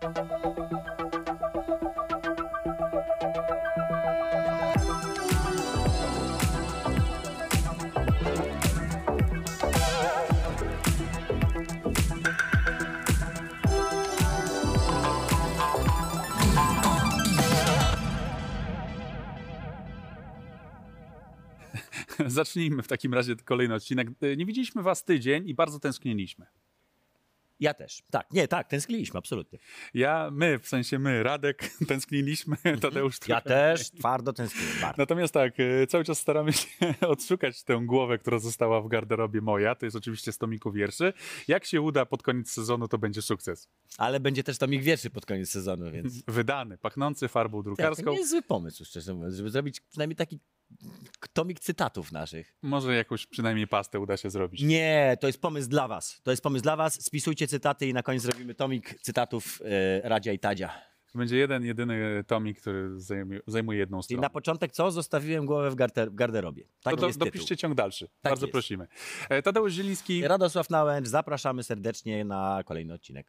Zacznijmy w takim razie kolejny odcinek. Nie widzieliśmy was tydzień i bardzo tęskniliśmy. Ja też. Tak, nie, tak, tęskniliśmy, absolutnie. My, w sensie my, Radek, tęskniliśmy, Tadeusz Ja też twardo tęskniłem. Bardzo. Natomiast tak, cały czas staramy się odszukać tę głowę, która została w garderobie moja. To jest oczywiście z tomiku wierszy. Jak się uda pod koniec sezonu, to będzie sukces. Ale będzie też tomik wierszy pod koniec sezonu, więc... Wydany, pachnący farbą drukarską. To nie jest zły pomysł, szczerze mówiąc, żeby zrobić przynajmniej taki tomik cytatów naszych. Może jakąś przynajmniej pastę uda się zrobić. Nie, to jest pomysł dla was. To jest pomysł dla was. Spisujcie cytaty i na koniec zrobimy tomik cytatów Radzia i Tadzia. To będzie jeden, jedyny tomik, który zajmuje jedną I stronę. na początek co? Zostawiłem głowę w garderobie. Tak To jest dopiszcie tytuł. ciąg dalszy. Tak Bardzo jest. prosimy. Tadeusz Zieliński. Radosław Nałęcz, zapraszamy serdecznie na kolejny odcinek.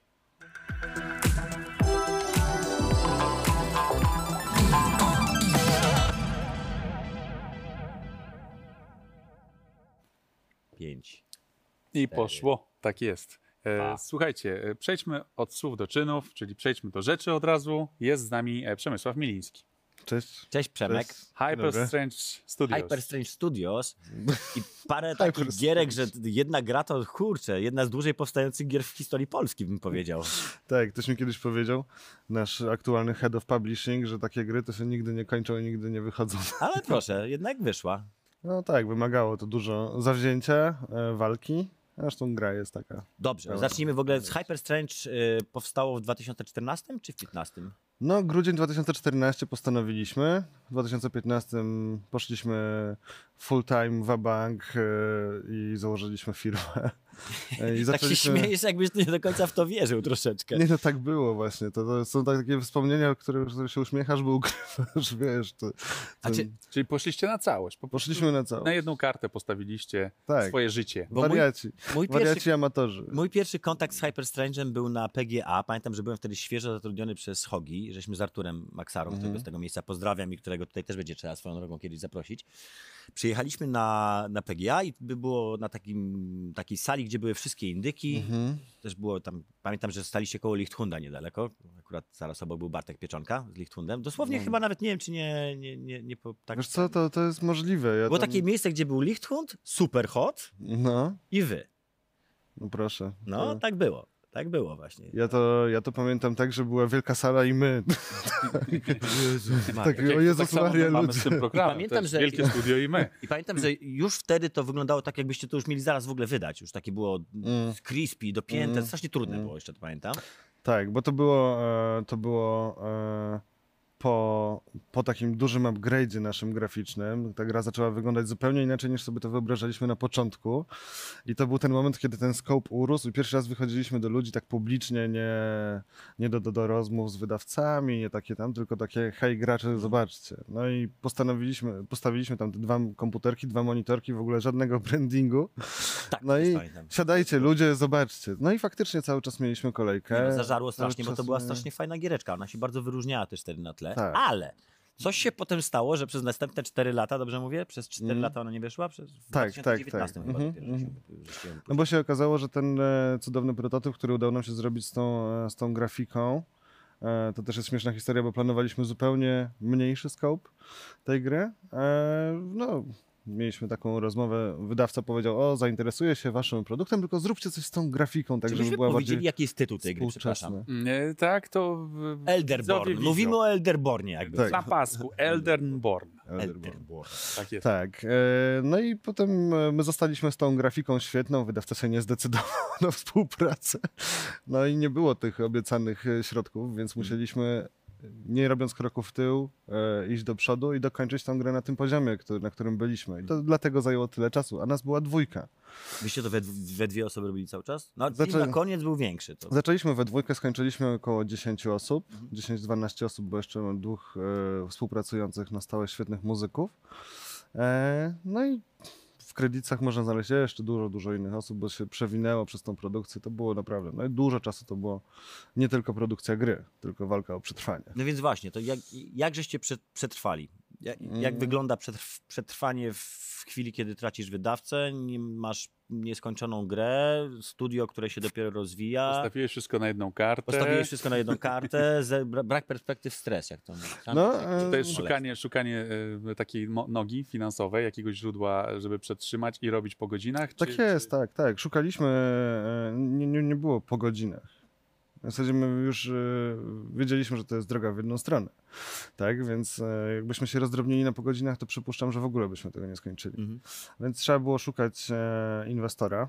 Pięć. I poszło. Tak jest. Dwa. Słuchajcie, przejdźmy od słów do czynów, czyli przejdźmy do rzeczy od razu. Jest z nami Przemysław Miliński. Cześć. Cześć Przemek. Cześć. Hyper Dobry. Strange Studios. Hyper Strange Studios i parę takich Hyper gierek, że jedna gra to, kurczę, jedna z dłużej powstających gier w historii Polski, bym powiedział. Tak, ktoś mi kiedyś powiedział, nasz aktualny head of publishing, że takie gry to się nigdy nie kończą i nigdy nie wychodzą. Ale proszę, jednak wyszła. No tak, wymagało to dużo zawzięcia, walki. Zresztą gra jest taka. Dobrze, zacznijmy w ogóle. Hyper Strange powstało w 2014 czy w 2015? No, grudzień 2014 postanowiliśmy. W 2015 poszliśmy full time wabank i założyliśmy firmę. I Tak się śmiejesz, jakbyś nie do końca w to wierzył troszeczkę. Nie, no tak było właśnie. To są takie wspomnienia, które się uśmiechasz, bo ukrywasz, wiesz. Czyli poszliście na całość. Poszliśmy na całość. Na jedną kartę postawiliście Tak. swoje życie. Bo Wariaci. mój Wariaci amatorzy. Mój pierwszy kontakt z Hyper Strange'em był na PGA. Pamiętam, że byłem wtedy świeżo zatrudniony przez Hogi, żeśmy z Arturem Maksarą, którego z tego miejsca pozdrawiam i którego tutaj też będzie trzeba swoją drogą kiedyś zaprosić. Przyjechaliśmy na PGA i było na takiej sali, gdzie były wszystkie indyki. Też było tam, pamiętam, że staliście koło Lichthunda niedaleko. Akurat zaraz obok był Bartek Pieczonka z Lichthundem. Dosłownie chyba nawet nie wiem, czy nie tak. Wiesz co, to jest możliwe. Było takie miejsce, gdzie był Lichthund, super hot No, i wy. no proszę. No, tak było. Tak było właśnie. Ja to pamiętam tak, że była wielka sala i my. Tak, Jak o Jezus tak samo Maria, mamy ludzie. z tym programem. Pamiętam, to jest że- wielkie studio i my. I pamiętam, że już wtedy to wyglądało tak, jakbyście to już mieli zaraz w ogóle wydać. Już takie było crispy, dopięte, strasznie trudne było jeszcze, to pamiętam. Tak, bo to było po takim dużym upgrade'zie naszym graficznym. Ta gra zaczęła wyglądać zupełnie inaczej, niż sobie to wyobrażaliśmy na początku. I to był ten moment, kiedy ten scope urósł i pierwszy raz wychodziliśmy do ludzi tak publicznie, nie do rozmów z wydawcami, nie takie tam, tylko takie hej gracze, zobaczcie. No i postawiliśmy tam te dwa komputerki, dwa monitorki, w ogóle żadnego brandingu. Tak, No też i pamiętam. siadajcie ludzie, zobaczcie. No i faktycznie cały czas mieliśmy kolejkę. Nie, no, zażarło strasznie, Cały bo to czas była strasznie fajna giereczka. Ona się bardzo wyróżniała też wtedy na tle. Tak. Ale coś się potem stało, że przez następne 4 lata, dobrze mówię? Przez 4 lata ona nie wyszła? W Tak, 2019 tak. chyba Mhm, dopiero żeśmy ją No bo się okazało, że ten cudowny prototyp, który udało nam się zrobić z tą grafiką, to też jest śmieszna historia, bo planowaliśmy zupełnie mniejszy scope tej gry. No, mieliśmy taką rozmowę, wydawca powiedział, zainteresuję się waszym produktem, tylko zróbcie coś z tą grafiką, tak Czy żeby byśmy była powiedzieli, bardziej jaki jest tytuł tej gry, przepraszam? współczesna. Tak, to... Elderborn. widzą. Mówimy o Elderbornie jakby. Tak. Na pasku. Eldenborn. Elderborn. Tak jest. Tak, no i potem my zostaliśmy z tą grafiką świetną, wydawca się nie zdecydował na współpracę, no i nie było tych obiecanych środków, więc musieliśmy, nie robiąc kroków w tył, iść do przodu i dokończyć tą grę na tym poziomie, na którym byliśmy. I to dlatego zajęło tyle czasu, a nas była 2. Wyście to we dwie osoby robili cały czas? No, Zaczę- na koniec był większy. To. Zaczęliśmy we 2, skończyliśmy około 10 osób, 10-12 osób, bo jeszcze mam 2 współpracujących na stałe świetnych muzyków. No i kredytach można znaleźć jeszcze dużo innych osób, bo się przewinęło przez tą produkcję. To było naprawdę, no i dużo czasu to było nie tylko produkcja gry, tylko walka o przetrwanie. No więc właśnie, to jak żeście przetrwali? Jak wygląda przetrwanie w chwili, kiedy tracisz wydawcę, nie masz nieskończoną grę, studio, które się dopiero rozwija. Postawiłeś wszystko na jedną kartę. Postawiłeś wszystko na jedną kartę, brak perspektyw, stres, jak to mówisz. No, To jest szukanie takiej nogi finansowej, jakiegoś źródła, żeby przetrzymać i robić po godzinach? Tak jest, tak. Szukaliśmy, nie było po godzinach. W zasadzie my już wiedzieliśmy, że to jest droga w jedną stronę. Tak, więc jakbyśmy się rozdrobnili na po godzinach, to przypuszczam, że w ogóle byśmy tego nie skończyli. Mhm. Więc trzeba było szukać inwestora.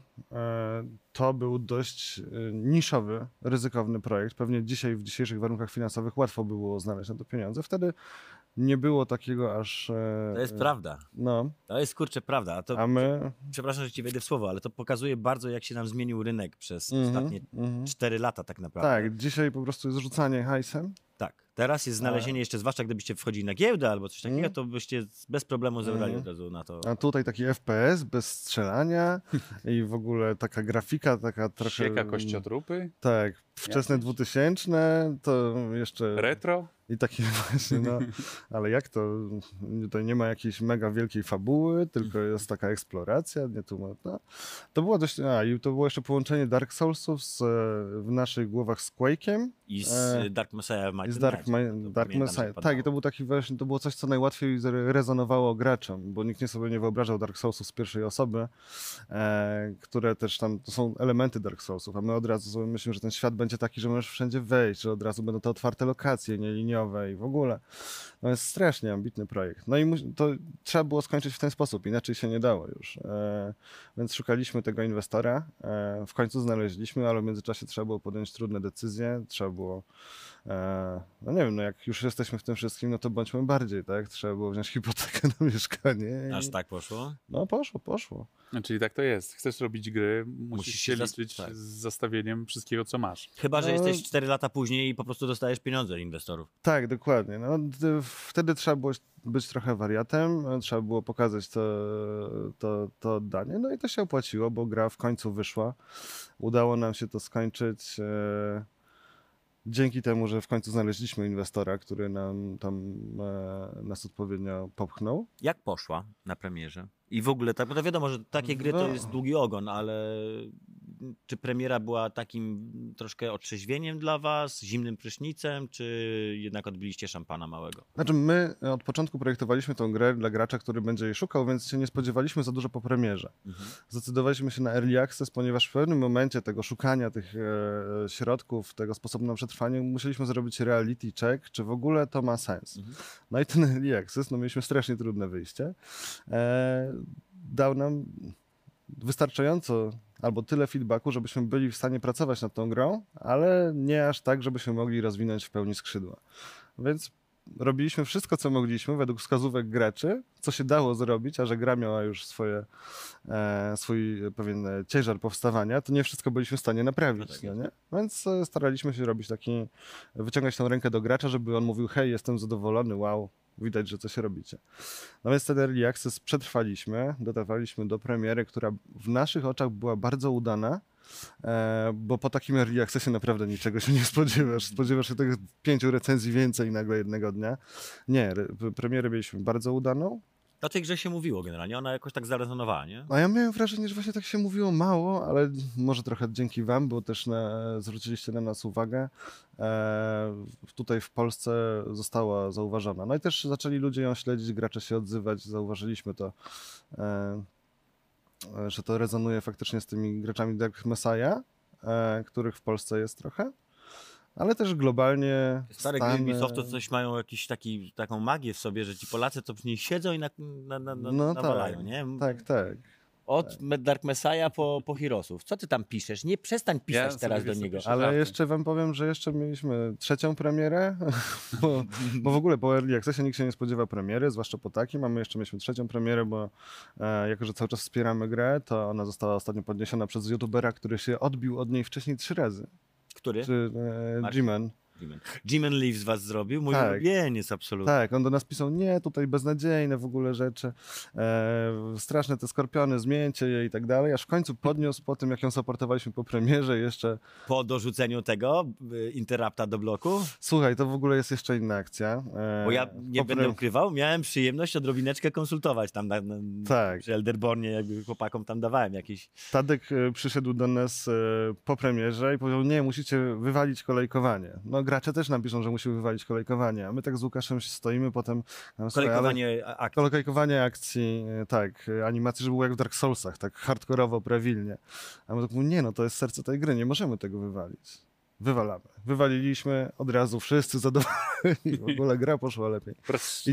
To był dość niszowy, ryzykowny projekt. Pewnie dzisiaj w dzisiejszych warunkach finansowych łatwo było znaleźć na to pieniądze. Wtedy nie było takiego aż... To jest prawda. No, To jest kurczę prawda. a my... Przepraszam, że ci wejdę w słowo, ale to pokazuje bardzo, jak się nam zmienił rynek przez ostatnie 4 lata tak naprawdę. Tak, dzisiaj po prostu jest rzucanie hajsem. Tak. Teraz jest znalezienie jeszcze, zwłaszcza gdybyście wchodzili na giełdę albo coś takiego, to byście bez problemu zebrali od razu na to. A tutaj taki FPS bez strzelania i w ogóle taka grafika, taka trochę... Sieka kościotrupy? Tak, wczesne 2000, to jeszcze... Retro? I takie właśnie, no, ale jak to? Tutaj nie ma jakiejś mega wielkiej fabuły, tylko jest taka eksploracja, nie tu, no. To było dość, i to było jeszcze połączenie Dark Soulsów w naszych głowach z Quake'iem. I z Dark Messiah I z Dark Messiah. Tak, i to był taki właśnie, to było coś, co najłatwiej rezonowało graczom, bo nikt sobie nie wyobrażał Dark Soulsów z pierwszej osoby, które też tam, to są elementy Dark Soulsów, a my od razu sobie myślimy, że ten świat będzie taki, że możesz wszędzie wejść, że od razu będą te otwarte lokacje, nieliniowe i w ogóle. No jest strasznie ambitny projekt. No i to trzeba było skończyć w ten sposób, inaczej się nie dało już. Więc szukaliśmy tego inwestora, w końcu znaleźliśmy, ale w międzyczasie trzeba było podjąć trudne decyzje, trzeba było, no nie wiem, no jak już jesteśmy w tym wszystkim, no to bądźmy bardziej, tak? Trzeba było wziąć hipotekę na mieszkanie. Aż tak poszło? No poszło. Czyli tak to jest. Chcesz robić gry, musisz się się liczyć tak. z zastawieniem wszystkiego, co masz. Chyba, że No. jesteś 4 lata później i po prostu dostajesz pieniądze od inwestorów. Tak, dokładnie. No, wtedy trzeba było być trochę wariatem, trzeba było pokazać to oddanie, no i to się opłaciło, bo gra w końcu wyszła. Udało nam się to skończyć dzięki temu, że w końcu znaleźliśmy inwestora, który nam tam nas odpowiednio popchnął. Jak poszła na premierze? I w ogóle, tak, bo to wiadomo, że takie gry to jest długi ogon, ale czy premiera była takim troszkę otrzeźwieniem dla was, zimnym prysznicem, czy jednak odbiliście szampana małego? Znaczy my od początku projektowaliśmy tą grę dla gracza, który będzie jej szukał, więc się nie spodziewaliśmy za dużo po premierze. Zdecydowaliśmy się na Early Access, ponieważ w pewnym momencie tego szukania tych środków, tego sposobu na przetrwanie, musieliśmy zrobić reality check, czy w ogóle to ma sens. No i ten Early Access, no mieliśmy strasznie trudne wyjście, dał nam wystarczająco albo tyle feedbacku, żebyśmy byli w stanie pracować nad tą grą, ale nie aż tak, żebyśmy mogli rozwinąć w pełni skrzydła. Więc robiliśmy wszystko, co mogliśmy według wskazówek graczy, co się dało zrobić, a że gra miała już swój pewien ciężar powstawania, to nie wszystko byliśmy w stanie naprawić. No tak no nie? Więc staraliśmy się robić wyciągać tą rękę do gracza, żeby on mówił, hej, jestem zadowolony, wow, widać, że coś robicie. No więc ten Early Access przetrwaliśmy, dotarliśmy do premiery, która w naszych oczach była bardzo udana, bo po takim Early Accessie naprawdę niczego się nie spodziewasz. Spodziewasz się tych 5 recenzji więcej nagle jednego dnia. Nie, premierę mieliśmy bardzo udaną. O tej grze się mówiło generalnie, ona jakoś tak zarezonowała, nie? A ja miałem wrażenie, że właśnie tak się mówiło mało, ale może trochę dzięki wam, bo też zwróciliście na nas uwagę. Tutaj w Polsce została zauważona. No i też zaczęli ludzie ją śledzić, gracze się odzywać, zauważyliśmy to, że to rezonuje faktycznie z tymi graczami Dark Messiah, których w Polsce jest trochę. Ale też globalnie. Stare gry Ubisoftu coś mają taką magię w sobie, że ci Polacy to w niej siedzą i nawalają, nie? Tak. Od Dark Messiah po Heroesów. Co ty tam piszesz? Nie przestań pisać teraz do niego. Ale jeszcze wam powiem, że jeszcze mieliśmy trzecią premierę, bo w ogóle po Early Accessie nikt się nie spodziewa premiery, zwłaszcza po takim, a my jeszcze mieliśmy trzecią premierę, bo jako, że cały czas wspieramy grę, to ona została ostatnio podniesiona przez youtubera, który się odbił od niej wcześniej 3 razy. Który? Czy G-Man. Jim Leaf z was zrobił? Mój Tak. ulubieniec absolutnie. Tak, on do nas pisał, nie, tutaj beznadziejne w ogóle rzeczy, straszne te skorpiony, zmieńcie je i tak dalej, aż w końcu podniósł po tym, jak ją supportowaliśmy po premierze jeszcze, Po dorzuceniu tego interrupta do bloku, słuchaj, to w ogóle jest jeszcze inna akcja. bo ja nie będę ukrywał, miałem przyjemność odrobineczkę konsultować tam Tak. przy Elderbornie, jakby chłopakom tam dawałem jakieś... Tadek przyszedł do nas po premierze i powiedział, nie, musicie wywalić kolejkowanie. No gracze też nam piszą, że musimy wywalić kolejkowanie, a my tak z Łukaszem stoimy potem... Kolejkowanie akcji. Kolejkowanie akcji, tak, animacji, żeby było jak w Dark Soulsach, tak hardkorowo, prawilnie. A my tak mówimy, nie no, to jest serce tej gry, nie możemy tego wywalić. Wywalamy. Wywaliliśmy od razu, wszyscy zadowoleni, w ogóle gra poszła lepiej. I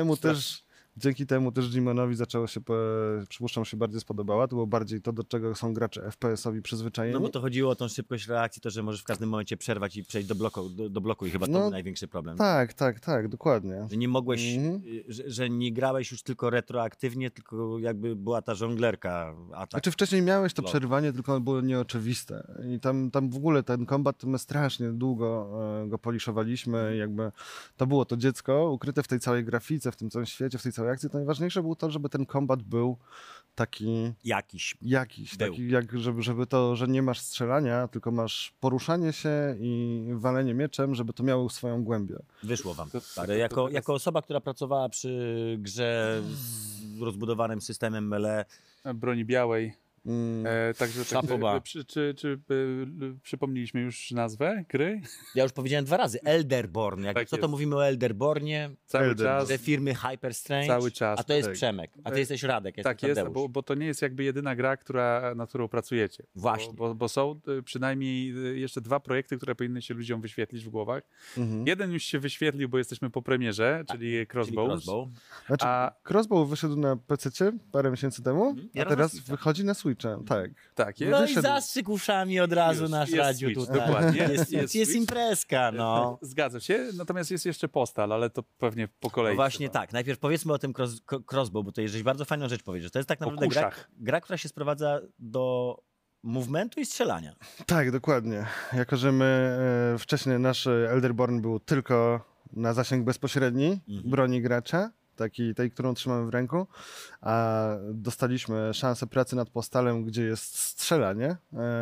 dzięki temu też Jimonowi zaczęło się, przypuszczam, się bardziej spodobała. To było bardziej to, do czego są gracze FPS-owi przyzwyczajeni. No bo to chodziło o tą szybkość reakcji, to, że możesz w każdym momencie przerwać i przejść do bloku i chyba to No, był największy problem. Tak, dokładnie. Że nie mogłeś, że nie grałeś już tylko retroaktywnie, tylko jakby była ta żonglerka. Znaczy wcześniej miałeś to No. przerywanie, tylko ono było nieoczywiste. I tam w ogóle ten kombat, my strasznie długo go poliszowaliśmy. Jakby to było to dziecko ukryte w tej całej grafice, w tym całym świecie, w tej całej akcji. To najważniejsze było to, żeby ten kombat był taki Jakiś. jakiś, Był. taki żeby to, że nie masz strzelania, tylko masz poruszanie się i walenie mieczem, żeby to miało swoją głębię. Wyszło wam. To- Tak, to- jako, to jest- jako osoba, która pracowała przy grze z rozbudowanym systemem melee, Broni białej. Także Szapoba. przypomnieliśmy już nazwę gry? ja już powiedziałem 2 razy, Elderborn. Tak Co to jest. mówimy o Elderbornie? Cały Elden. czas. Ze firmy Hyper Strange. Cały czas, A to jest tak. Przemek. A ty jesteś Radek, ja Tak jestem jest, Tadeusz. bo to nie jest jakby jedyna gra, na którą pracujecie. Właśnie. Bo są przynajmniej jeszcze 2 projekty, które powinny się ludziom wyświetlić w głowach. Mhm. Jeden już się wyświetlił, bo jesteśmy po premierze, czyli Czyli Crossbows. Crossbow. Znaczy, A- Crossbow wyszedł na PC parę miesięcy temu, Ja a teraz na Switcha. wychodzi na Switcha. Tak. Tak, jest. No i wyszedł. zastrzyk uszami od razu Już, nasz jest Radziu Switch, tutaj. dokładnie. Jest Jest jest Switch. imprezka, no. Zgadza się, natomiast jest jeszcze Postal, ale to pewnie po kolei. No właśnie trzeba. tak, najpierw powiedzmy o tym Crossbow, bo to żeś bardzo fajną rzecz powiedział. To jest tak Po naprawdę gra, kuszach. która się sprowadza do movementu i strzelania. Tak, dokładnie. Jako, że my wcześniej nasz Elderborn był tylko na zasięg bezpośredni broni gracza, tej, którą trzymamy w ręku, a dostaliśmy szansę pracy nad Postalem, gdzie jest strzelanie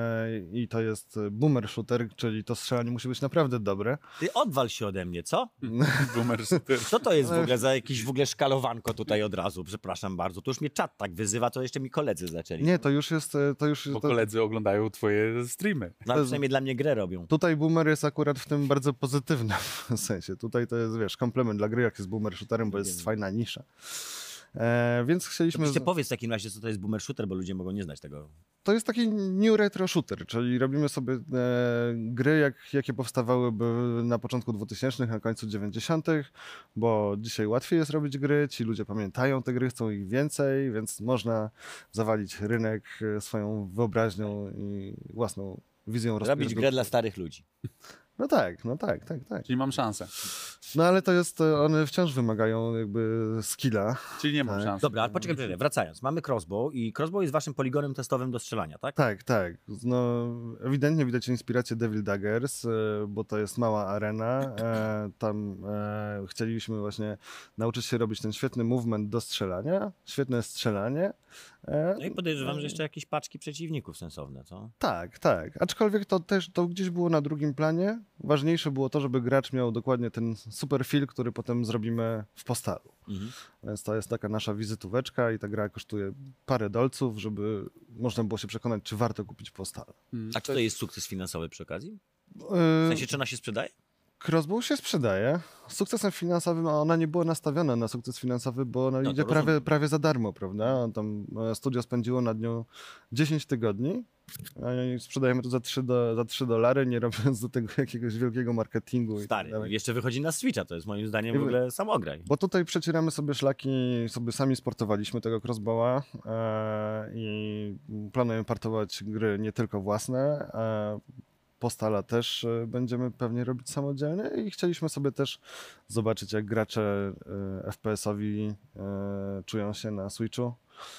i to jest boomer shooter, czyli to strzelanie musi być naprawdę dobre. Ty odwal się ode mnie, co? Boomer shooter. Co to jest w ogóle za jakieś w ogóle szkalowanko tutaj od razu? Przepraszam bardzo. To już mnie czat tak wyzywa, to jeszcze mi koledzy zaczęli. Nie, to już jest... Bo koledzy oglądają twoje streamy. No, ale przynajmniej dla mnie grę robią. Tutaj boomer jest akurat w tym bardzo pozytywnym sensie. Tutaj to jest, wiesz, komplement dla gry, jak jest boomer shooterem, bo jest fajna nisza. Więc chcieliśmy... Oczywiście powiedz w takim razie, co to jest boomer shooter, bo ludzie mogą nie znać tego. To jest taki new retro shooter, czyli robimy sobie gry, jakie powstawałyby na początku 2000, na końcu 90., bo dzisiaj łatwiej jest robić gry, ci ludzie pamiętają te gry, chcą ich więcej, więc można zawalić rynek swoją wyobraźnią i własną wizją Robić rozwoju. grę dla starych ludzi. No tak. Czyli mam szansę. No ale to jest, one wciąż wymagają jakby skilla. Czyli nie mam Tak. szansy. Dobra, ale poczekaj, wracając. Mamy Crossbow i Crossbow jest waszym poligonem testowym do strzelania, tak? Tak. No, ewidentnie widać inspirację Devil Daggers, bo to jest mała arena. Tam chcieliśmy właśnie nauczyć się robić ten świetny movement do strzelania, świetne strzelanie. No i podejrzewam, że jeszcze jakieś paczki przeciwników sensowne, co? Tak. Aczkolwiek to gdzieś było na drugim planie. Ważniejsze było to, żeby gracz miał dokładnie ten super feel, który potem zrobimy w Postalu. Więc to jest taka nasza wizytóweczka i ta gra kosztuje parę dolców, żeby można było się przekonać, czy warto kupić Postal. A czy to jest sukces finansowy przy okazji? W Yy, sensie, czy ona się sprzedaje? Crossbow się sprzedaje. Z sukcesem finansowym, a ona nie była nastawiona na sukces finansowy, bo ona No, idzie to rozumiem. prawie za darmo, prawda? Tam studio spędziło nad nią 10 tygodni. A sprzedajemy to za $3, nie robiąc do tego jakiegoś wielkiego marketingu. I tak Stary, dalej. jeszcze wychodzi na Switcha, to jest moim zdaniem w Nie ogóle samograj. Bo tutaj przecieramy sobie szlaki, sobie sami sportowaliśmy tego crossbowa i planujemy partować gry nie tylko własne, Postala też będziemy pewnie robić samodzielnie i chcieliśmy sobie też zobaczyć, jak gracze FPS-owi czują się na Switchu.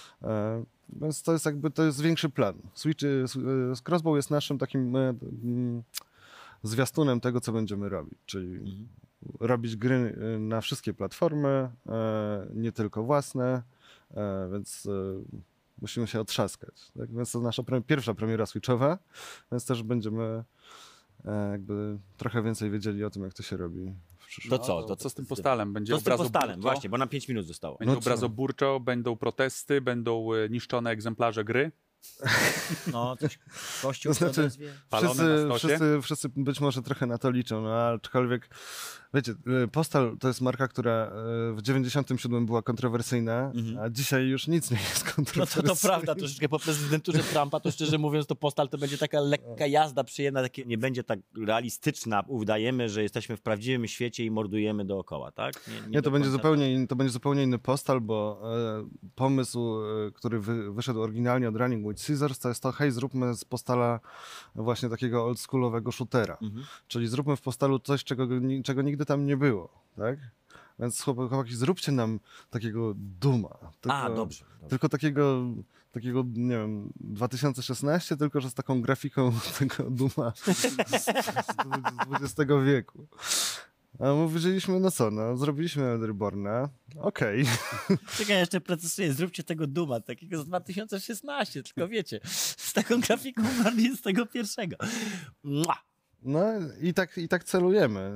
Więc to jest większy plan. Crossbow jest naszym takim zwiastunem tego, co będziemy robić, czyli robić gry na wszystkie platformy, nie tylko własne, więc musimy się otrzaskać. Tak? Więc to nasza pierwsza premiera Switchowa, więc też będziemy jakby trochę więcej wiedzieli o tym, jak to się robi w przyszłości. To Co z tym postalem? Będzie To z tym postalem, obrazoburczo? właśnie, bo nam 5 minut zostało. Będzie No co? obrazoburczo, będą protesty, będą niszczone egzemplarze gry. No, coś kościół To znaczy, odezwie. Palone na stosie? wszyscy być może trochę na to liczą, no aczkolwiek, wiecie, Postal to jest marka, która w 97 była kontrowersyjna, a dzisiaj już nic nie jest No kontrowersyjne. to prawda, troszeczkę po prezydenturze Trumpa, to szczerze mówiąc, to Postal to będzie taka lekka jazda przyjemna, takie, nie będzie tak realistyczna. Udajemy, że jesteśmy w prawdziwym świecie i mordujemy dookoła, tak? Nie, to do będzie końca to będzie zupełnie inny Postal, bo pomysł, który wyszedł oryginalnie od Running with Scissors, to jest to, hej, zróbmy z Postala właśnie takiego oldschoolowego shootera. Czyli zróbmy w Postalu coś, czego nigdy tam nie było, tak? Więc chłopaki, zróbcie nam takiego Duma. Dobrze. Tylko takiego, nie wiem, 2016, tylko że z taką grafiką tego Duma z XX wieku. A my wyżyliśmy, no co, no, zrobiliśmy Elderborna, okej. Czekaj, jeszcze precyzuję, zróbcie tego Duma, takiego z 2016, tylko wiecie, z taką grafiką bardziej z tego pierwszego. Mua! No i tak celujemy.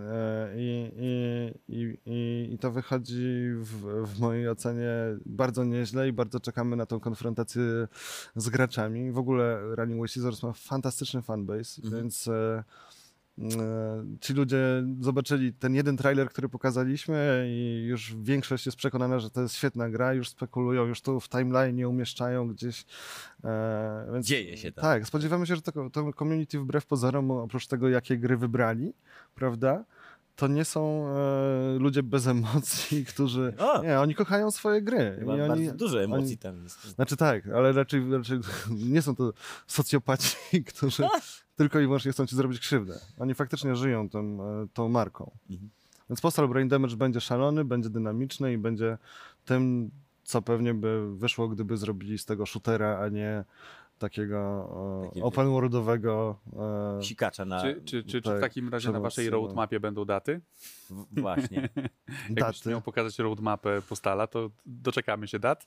I to wychodzi w mojej ocenie bardzo nieźle i bardzo czekamy na tą konfrontację z graczami. W ogóle Running with Scissors ma fantastyczny fanbase, więc ci ludzie zobaczyli ten jeden trailer, który pokazaliśmy i już większość jest przekonana, że to jest świetna gra, już spekulują, już tu w timeline umieszczają gdzieś. Więc, Dzieje się tak. Tak, spodziewamy się, że to community wbrew pozorom, oprócz tego, jakie gry wybrali, prawda, to nie są ludzie bez emocji, którzy... Nie, oni kochają swoje gry. Chyba bardzo dużo emocji tam jest. Znaczy tak, ale raczej nie są to socjopaci, którzy tylko i wyłącznie chcą ci zrobić krzywdę. Oni faktycznie żyją tą marką. Więc Postal Brain Damage będzie szalony, będzie dynamiczny i będzie tym, co pewnie by wyszło, gdyby zrobili z tego shootera, a nie takiego open worldowego. Sikacza na... Czy w takim razie na waszej roadmapie będą daty? Właśnie. Jakbyś miał pokazać roadmapę Postala, to doczekamy się dat?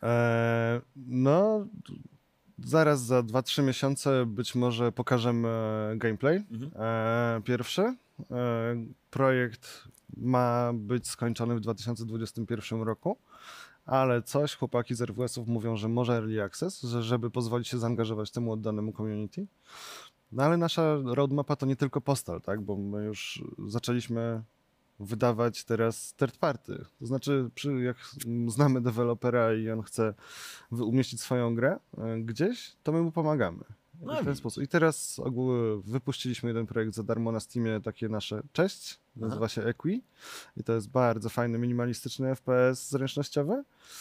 No, zaraz za 2-3 miesiące być może pokażemy gameplay pierwszy. Projekt ma być skończony w 2021 roku, ale coś chłopaki z RWS-ów mówią, że może early access, żeby pozwolić się zaangażować temu oddanemu community. No ale nasza roadmapa to nie tylko Postal, tak? Bo my już zaczęliśmy wydawać teraz third party. To znaczy, jak znamy dewelopera i on chce umieścić swoją grę gdzieś, to my mu pomagamy. W ten sposób. I teraz wypuściliśmy jeden projekt za darmo na Steamie, takie nasze cześć, nazywa się Equi i to jest bardzo fajny, minimalistyczny FPS zręcznościowy.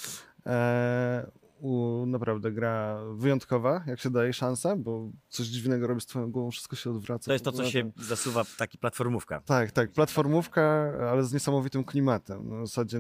Naprawdę gra wyjątkowa, jak się daje szansę, bo coś dziwnego robi z twoją głową, wszystko się odwraca. To jest to, co się zasuwa w taki platformówka. Tak, platformówka, ale z niesamowitym klimatem. W zasadzie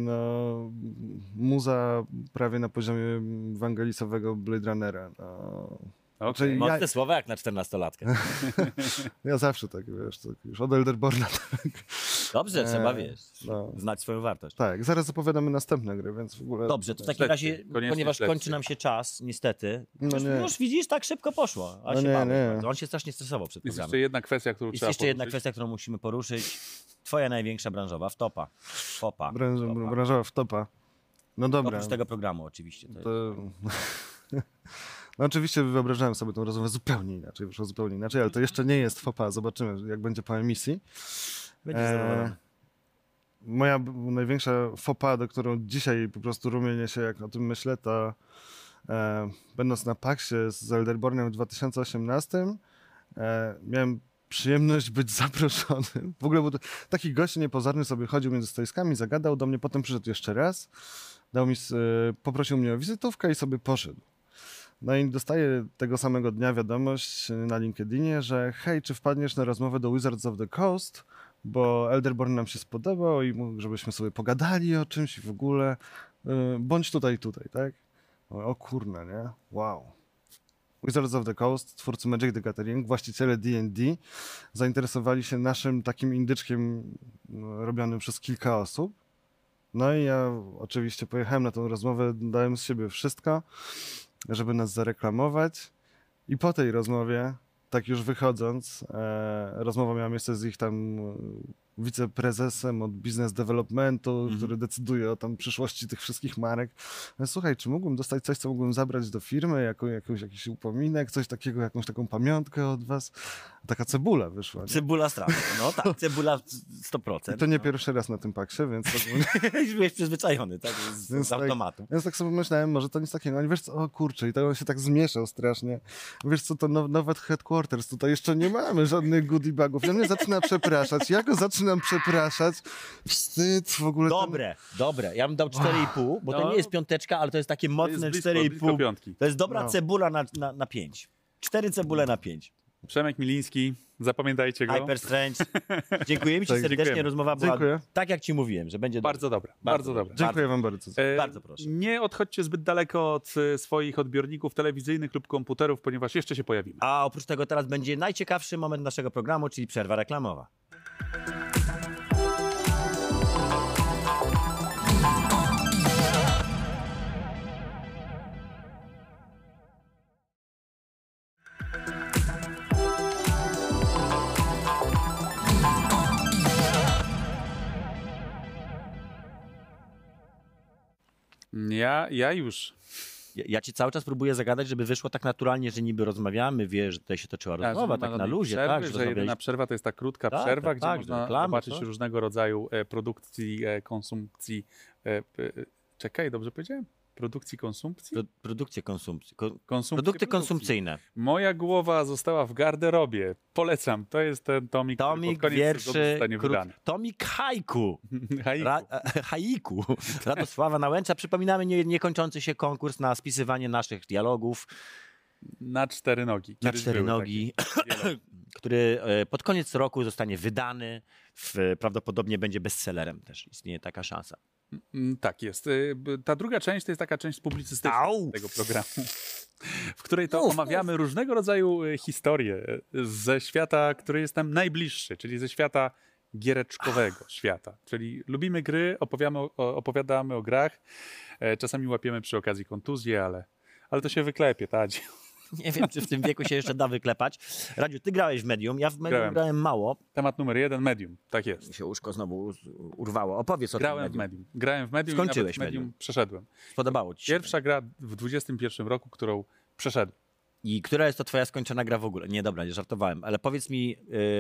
muza prawie na poziomie ewangelisowego Blade Runnera. Okay. Mocne słowa jak na 14-latkę. Ja zawsze tak, wiesz, tak już od Elderborna. Tak. Dobrze, trzeba, znać swoją wartość. Tak, zaraz zapowiadamy następne gry, więc w ogóle... Dobrze, to w takim razie, ponieważ kończy nam się czas, niestety, już widzisz, tak szybko poszło. On się strasznie stresował przed programem. Jest jeszcze jedna kwestia, którą trzeba poruszyć. Jedna kwestia, którą musimy poruszyć. Twoja największa branżowa wtopa. Branżowa wtopa. No dobra. Oprócz tego programu oczywiście. No oczywiście wyobrażałem sobie tę rozmowę zupełnie inaczej, wyszło zupełnie inaczej, ale to jeszcze nie jest FOPA, zobaczymy jak będzie po emisji. Będzie zadowolony. Moja największa FOPA, do którą dzisiaj po prostu rumienię się, jak o tym myślę, to będąc na PAX-ie z Elderbornem w 2018, miałem przyjemność być zaproszonym. W ogóle był taki gość niepozorny, sobie chodził między stoiskami, zagadał do mnie, potem przyszedł jeszcze raz, poprosił mnie o wizytówkę i sobie poszedł. No i dostaję tego samego dnia wiadomość na LinkedInie, że hej, czy wpadniesz na rozmowę do Wizards of the Coast, bo Elderborn nam się spodobał i żebyśmy sobie pogadali o czymś i w ogóle bądź tutaj, tak? O kurna, nie? Wow. Wizards of the Coast, twórcy Magic the Gathering, właściciele D&D zainteresowali się naszym takim indyczkiem robionym przez kilka osób. No i ja oczywiście pojechałem na tą rozmowę, dałem z siebie wszystko, żeby nas zareklamować. I po tej rozmowie, tak już wychodząc, rozmowa miała miejsce z ich tam wiceprezesem od business developmentu, który decyduje o tam przyszłości tych wszystkich marek. No, słuchaj, czy mógłbym dostać coś, co mógłbym zabrać do firmy, jakiś upominek, coś takiego, jakąś taką pamiątkę od was? Taka cebula wyszła. Nie? Cebula straszna. No tak, cebula 100%. I to nie no. pierwszy raz na tym paksie, więc... Już byłeś przyzwyczajony, tak? Więc Z tak- automatu. Więc tak sobie myślałem, może to nic takiego. Ale wiesz co, o kurczę, i to on się tak zmieszał strasznie. Wiesz co, to nowe headquarters, tutaj jeszcze nie mamy żadnych goodie bagów. Ja mnie zaczyna przepraszać, ja go zaczynam przepraszać. Wstyd w ogóle. Dobre. Ja bym dał 4,5, bo to No. nie jest piąteczka, ale to jest takie To mocne jest blisko 4,5. piątki. To jest dobra No. cebula na 5. 4 cebule na 5. Przemek Miliński, zapamiętajcie go. Hyper Strange. Dziękujemy ci Tak, serdecznie. dziękujemy. Rozmowa była Dziękuję. tak, jak ci mówiłem, że będzie Bardzo dobra, bardzo dobra. Dziękuję wam bardzo. Bardzo proszę. Nie odchodźcie zbyt daleko od swoich odbiorników telewizyjnych lub komputerów, ponieważ jeszcze się pojawimy. A oprócz tego teraz będzie najciekawszy moment naszego programu, czyli przerwa reklamowa. Ja już. Ja ci cały czas próbuję zagadać, żeby wyszło tak naturalnie, że niby rozmawiamy, wiesz, że tutaj się toczyła rozmowa, tak na luzie, przerwy, tak, że rozmawialiśmy. jedyna przerwa to jest ta krótka Tak, przerwa, tak, gdzie tak, można reklamy, zobaczyć coś. różnego rodzaju produkcji, konsumpcji. Czekaj, dobrze powiedziałem? Produkcji, konsumpcji? Produkcje konsumpcji. Konsumpcji Produkty produkcji. konsumpcyjne. Moja głowa została w garderobie. Polecam. To jest ten tomik, który pod Tomik, koniec sezonu wierszy, zostanie wydany. tomik haiku. Haiku. Haiku. Radosława Nałęcza. Przypominamy niekończący się konkurs na spisywanie naszych dialogów Na 4 nogi. na Kiedyś 4 były nogi, takie dialogi. który pod koniec roku zostanie wydany. Prawdopodobnie będzie bestsellerem też. Istnieje taka szansa. Tak jest. Ta druga część to jest taka część publicystyczna Au! tego programu, w której to omawiamy różnego rodzaju historie ze świata, który jest nam najbliższy, czyli ze świata giereczkowego świata. Czyli lubimy gry, opowiadamy o grach, czasami łapiemy przy okazji kontuzję, ale to się wyklepie, Tadzi. Nie wiem, czy w tym wieku się jeszcze da wyklepać. Radziu, ty grałeś w Medium. Ja w Medium grałem mało. Temat numer 1, Medium. Tak jest. Mi się łóżko znowu urwało. Opowiedz o Grałem tym w Medium. Medium. Grałem w Medium Skończyłeś i nawet Medium Medium. przeszedłem. Spodobało ci się. Pierwsza gra w 21 roku, którą przeszedłem. I która jest to twoja skończona gra w ogóle? Nie, dobra, nie żartowałem, ale powiedz mi,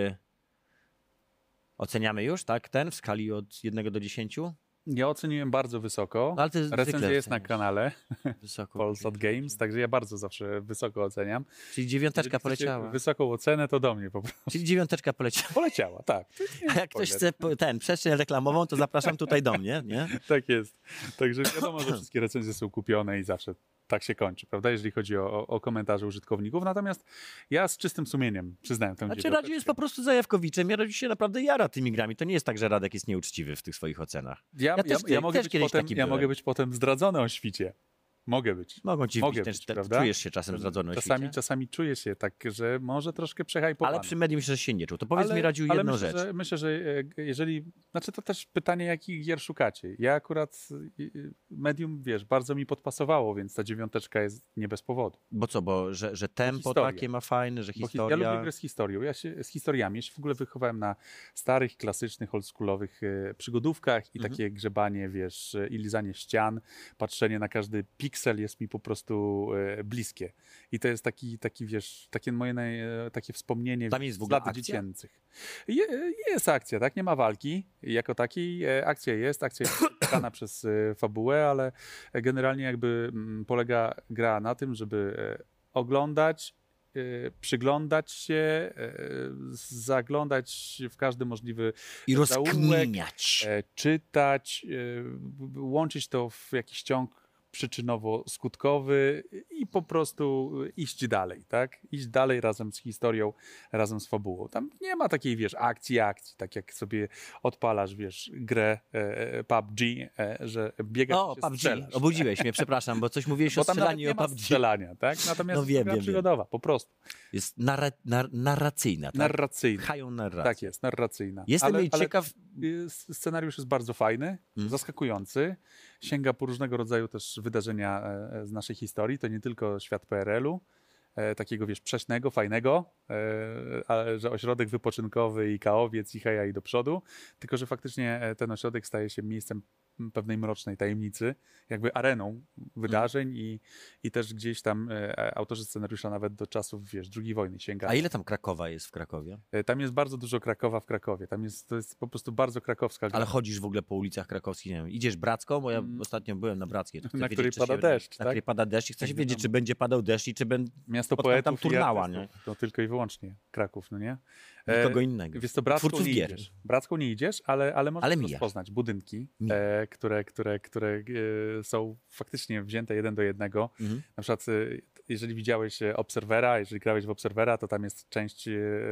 oceniamy już, tak, ten w skali od 1 do 10? Ja oceniłem bardzo wysoko. No, ale ty zwykle Recenzja jest na oceniasz kanale wysoko. Polsat Games, także ja bardzo zawsze wysoko oceniam. Czyli dziewiąteczka Jeżeli chcecie poleciała. wysoką ocenę, to do mnie po prostu. Czyli dziewiąteczka poleciała. Poleciała, tak. To nie A jest jak ktoś spoiler. chce przestrzeń reklamową, to zapraszam tutaj do mnie, nie? Tak jest. Także wiadomo, że wszystkie recenzje są kupione i zawsze tak się kończy, prawda, jeżeli chodzi o komentarze użytkowników. Natomiast ja z czystym sumieniem przyznałem tę Znaczy dziewiąteczkę. Radziu jest po prostu zajawkowiczem, ja Radziu się naprawdę jara tymi grami. To nie jest tak, że Radek jest nieuczciwy w tych swoich ocenach. Ja mogę też być kiedyś potem, taki ja byłem. mogę być potem zdradzony o świcie. Mogę być. Mogą ci Mogę wbić być, też, prawda? czujesz się czasem zdradzony o świecie? Czasami czuję się tak, że może troszkę przehajpowany. Ale przy Medium że się nie czuł. To powiedz mi, Radziu, ale jedną myślę, rzecz. Myślę, że jeżeli... Znaczy to też pytanie, jakich gier szukacie. Ja akurat Medium, wiesz, bardzo mi podpasowało, więc ta dziewiąteczka jest nie bez powodu. Bo co, że tempo historia. takie ma fajne, że Bo historia... ja lubię grę z historią. Z historiami. Ja się w ogóle wychowałem na starych, klasycznych, oldschoolowych przygodówkach i takie grzebanie, wiesz, i lizanie ścian, patrzenie na każdy piksel jest mi po prostu bliskie. I to jest taki wiesz, takie moje takie wspomnienie Tam jest w z ogóle lat akcja? dziecięcych. Jest akcja, tak? Nie ma walki jako takiej. Akcja jest czytana przez fabułę, ale generalnie jakby polega gra na tym, żeby oglądać, przyglądać się, zaglądać w każdy możliwy I zaułek, rozkminiać. czytać, łączyć to w jakiś ciąg przyczynowo-skutkowy i po prostu iść dalej, tak? Iść dalej razem z historią, razem z fabułą. Tam nie ma takiej, wiesz, akcji, tak jak sobie odpalasz, wiesz, grę PUBG, że biegasz O, i się PUBG, strzelasz. obudziłeś mnie, przepraszam, bo coś mówiłeś Bo o tam nawet strzelaniu i nie o ma PUBG. strzelania, tak? Natomiast No wiem, gra wiem. przygodowa, po prostu. Jest narracyjna, tak? Narracyjna. Pchają narrację. Tak jest, narracyjna. Jestem jej ciekaw. Scenariusz jest bardzo fajny, zaskakujący. Sięga po różnego rodzaju też wydarzenia z naszej historii. To nie tylko świat PRL-u, takiego, wiesz, prześnego, fajnego, ale że ośrodek wypoczynkowy i Kaowiec, i heja i do przodu, tylko że faktycznie ten ośrodek staje się miejscem pewnej mrocznej tajemnicy, jakby areną wydarzeń i też gdzieś tam autorzy scenariusza nawet do czasów, wiesz, II wojny sięgają. A ile tam Krakowa jest w Krakowie? Tam jest bardzo dużo Krakowa w Krakowie. To jest po prostu bardzo krakowska gra. Ale chodzisz w ogóle po ulicach krakowskich, nie wiem, idziesz Bracką, bo ja ostatnio byłem na Brackiej. Na której pada deszcz, Na tak? której pada deszcz i chcę się Tak, wiedzieć, wiadomo. czy będzie padał deszcz i czy będę Miasto spotkał poetów tam turnała, i nie? artystów. To tylko i wyłącznie Kraków, no nie? Nikogo innego. Wiesz co, Bracką Twórców nie gier. idziesz. Bracką nie idziesz, ale możesz Ale mija. rozpoznać budynki, Mija. które są faktycznie wzięte jeden do jednego. Mhm. Na przykład, jeżeli widziałeś Obserwera, jeżeli grałeś w Obserwera, to tam jest część,